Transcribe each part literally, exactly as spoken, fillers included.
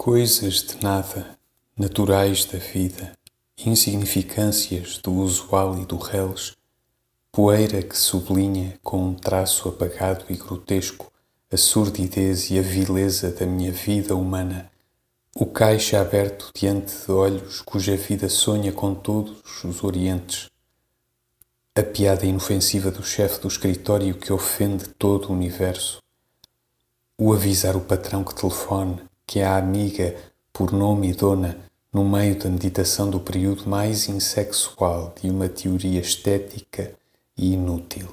Coisas de nada, naturais da vida, insignificâncias do usual e do reles, poeira que sublinha com um traço apagado e grotesco a sordidez e a vileza da minha vida humana, o caixa aberto diante de olhos cuja vida sonha com todos os orientes, a piada inofensiva do chefe do escritório que ofende todo o universo, o avisar o patrão que telefone, que é a amiga por nome e dona, no meio da meditação do período mais insexual de uma teoria estética e inútil.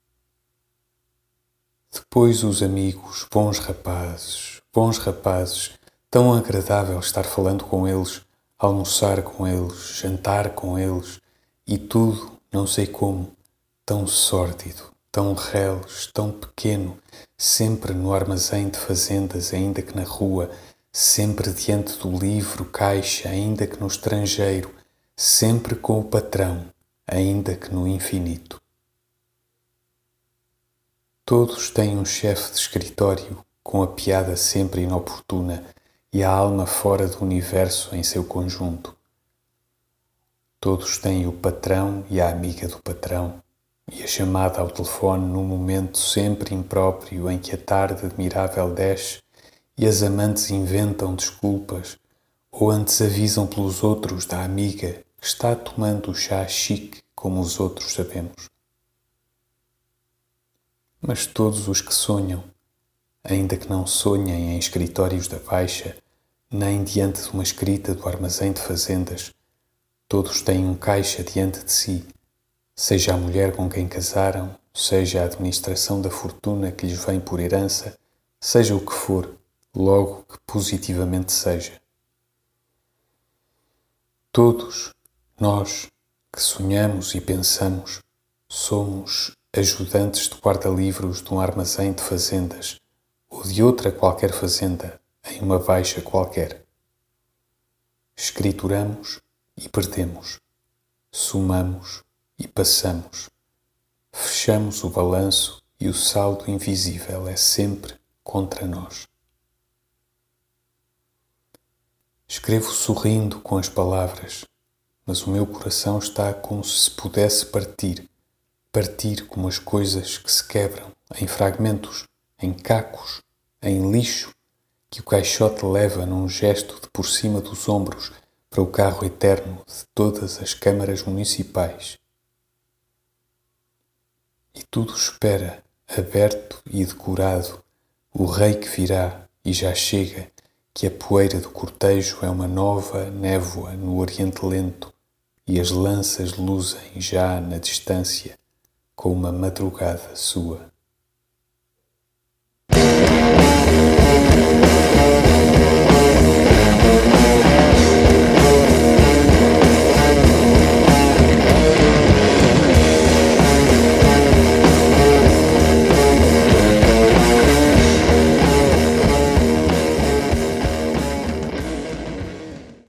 Depois os amigos, bons rapazes, bons rapazes, tão agradável estar falando com eles, almoçar com eles, jantar com eles, e tudo, não sei como, tão sórdido, tão reles, tão pequeno, sempre no armazém de fazendas, ainda que na rua, sempre diante do livro, caixa, ainda que no estrangeiro, sempre com o patrão, ainda que no infinito. Todos têm um chefe de escritório com a piada sempre inoportuna e a alma fora do universo em seu conjunto. Todos têm o patrão e a amiga do patrão e a chamada ao telefone no momento sempre impróprio em que a tarde admirável desce e as amantes inventam desculpas ou antes avisam pelos outros da amiga que está tomando o chá chique como os outros sabemos. Mas todos os que sonham, ainda que não sonhem em escritórios da Baixa, nem diante de uma escrita do armazém de fazendas, todos têm um caixa diante de si, seja a mulher com quem casaram, seja a administração da fortuna que lhes vem por herança, seja o que for, logo que positivamente seja. Todos, nós, que sonhamos e pensamos, somos ajudantes de guarda-livros de um armazém de fazendas ou de outra qualquer fazenda em uma baixa qualquer. Escrituramos e perdemos, somamos e passamos, fechamos o balanço e o saldo invisível é sempre contra nós. Escrevo sorrindo com as palavras, mas o meu coração está como se se pudesse partir, partir como as coisas que se quebram, em fragmentos, em cacos, em lixo, que o caixote leva num gesto de por cima dos ombros para o carro eterno de todas as câmaras municipais. E tudo espera, aberto e decorado, o rei que virá e já chega, que a poeira do cortejo é uma nova névoa no oriente lento e as lanças luzem já na distância com uma madrugada sua.